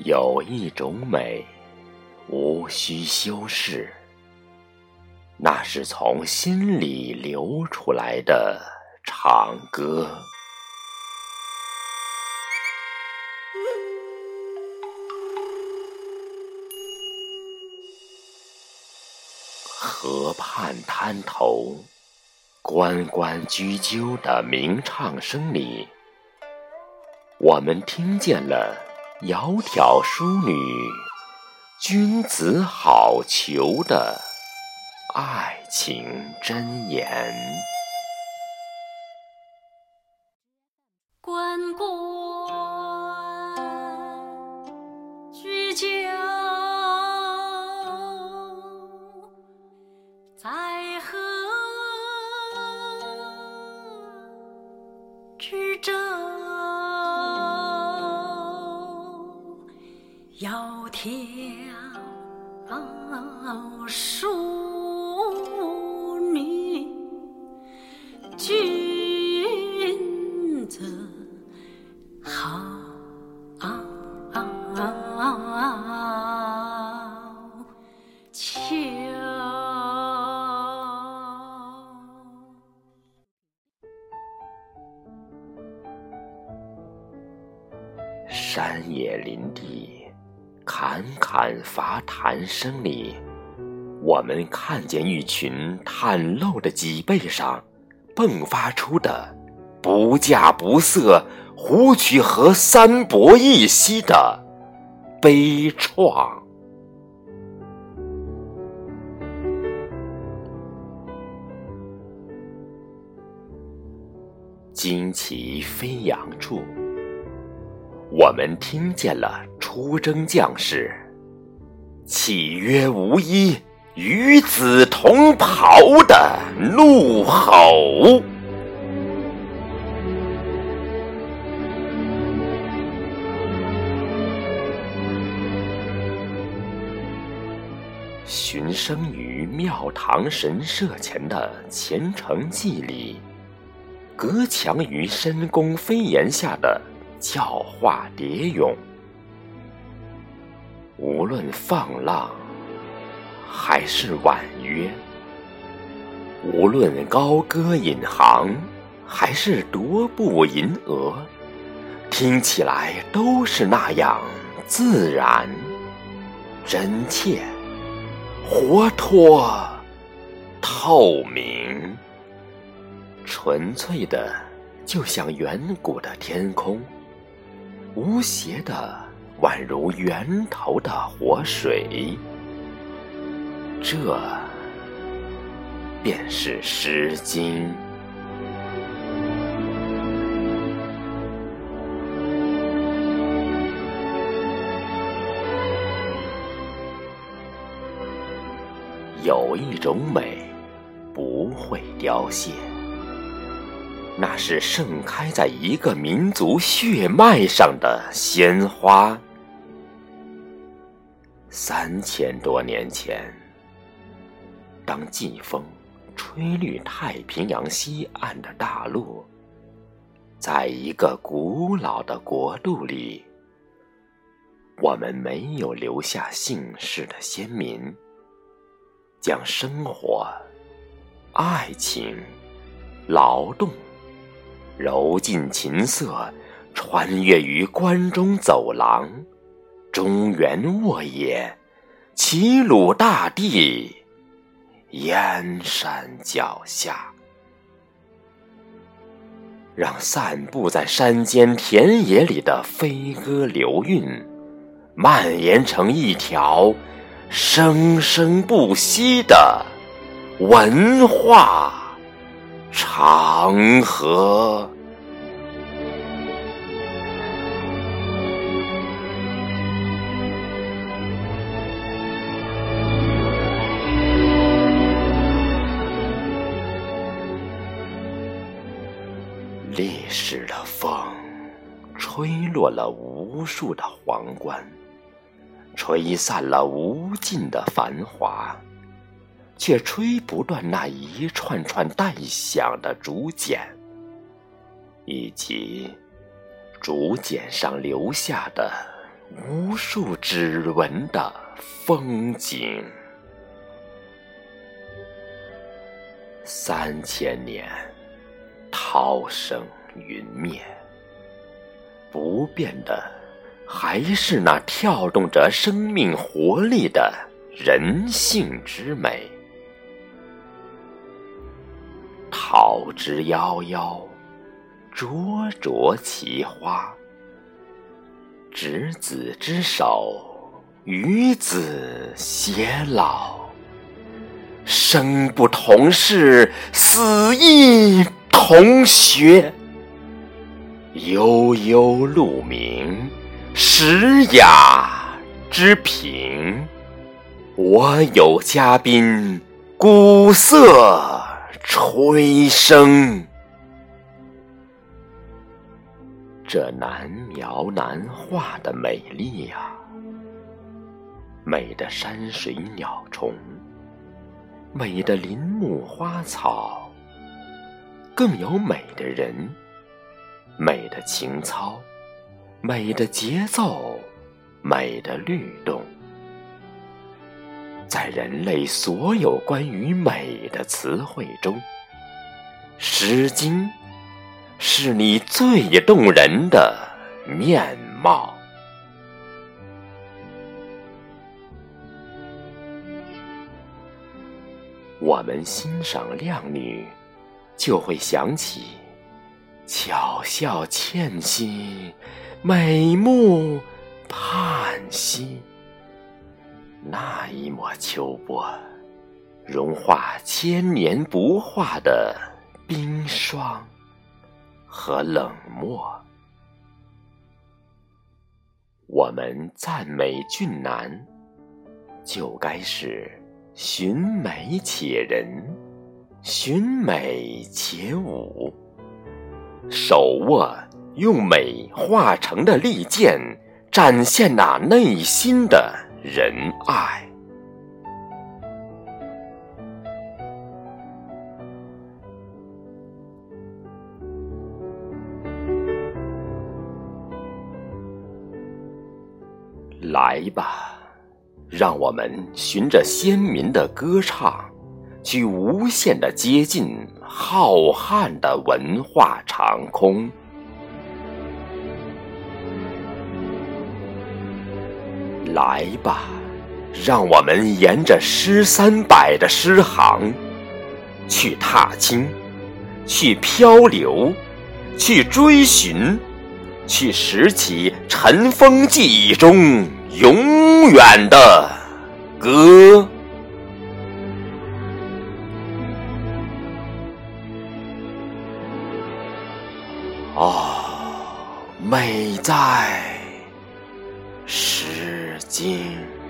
有一种美，无需修饰，那是从心里流出来的唱歌。河畔滩头，关关雎鸠的鸣唱声里，我们听见了窈窕淑女，君子好逑的爱情箴言。 关关雎鸠，在河之洲。窈窕淑女，君子好逑。 山野林地，侃侃伐檀声里，我们看见一群袒露的脊背上迸发出的不稼不色、胡曲和三博一息的悲怆。旌旗飞扬处，我们听见了出征将士契约无依、与子同袍的怒吼。循声于庙堂神社前的虔诚祭礼，隔墙于深宫飞檐下的教化蝶咏，无论放浪还是婉约，无论高歌引吭还是踱步吟额，听起来都是那样自然、真切、活脱、透明，纯粹的就像远古的天空，无邪的宛如源头的活水。这便是《诗经》。有一种美不会凋谢，那是盛开在一个民族血脉上的鲜花。3000多年前，当季风吹绿太平洋西岸的大陆，在一个古老的国度里，我们没有留下姓氏的先民，将生活、爱情、劳动揉进琴瑟，穿越于关中走廊、中原沃野、齐鲁大地、燕山脚下，让散布在山间田野里的飞歌流韵蔓延成一条生生不息的文化长河。历史的风吹落了无数的皇冠，吹散了无尽的繁华，却吹不断那一串串带响的竹简，以及竹简上留下的无数指纹的风景。3000年，涛声云灭，不变的还是那跳动着生命活力的人性之美。桃之夭夭，灼灼其花。执子之手，与子偕老。生不同世，死亦同穴。悠悠鹿鸣，石雅之平。我有嘉宾，鼓瑟吹笙。这难描难画的美丽啊，美的山水鸟虫，美的林木花草，更有美的人，美的情操，美的节奏，美的律动。在人类所有关于美的词汇中，《诗经》是你最动人的面貌。我们欣赏靓女，就会想起巧笑倩兮，美目盼兮。那一抹秋波，融化千年不化的冰霜和冷漠。我们赞美俊男，就该是寻美且人，寻美且舞，手握用美化成的利剑，展现那内心的仁爱。来吧，让我们循着先民的歌唱，去无限地接近浩瀚的文化长空。来吧，让我们沿着诗300的诗行，去踏青，去漂流，去追寻，去拾起尘封记忆中永远的歌。哦，美在诗经。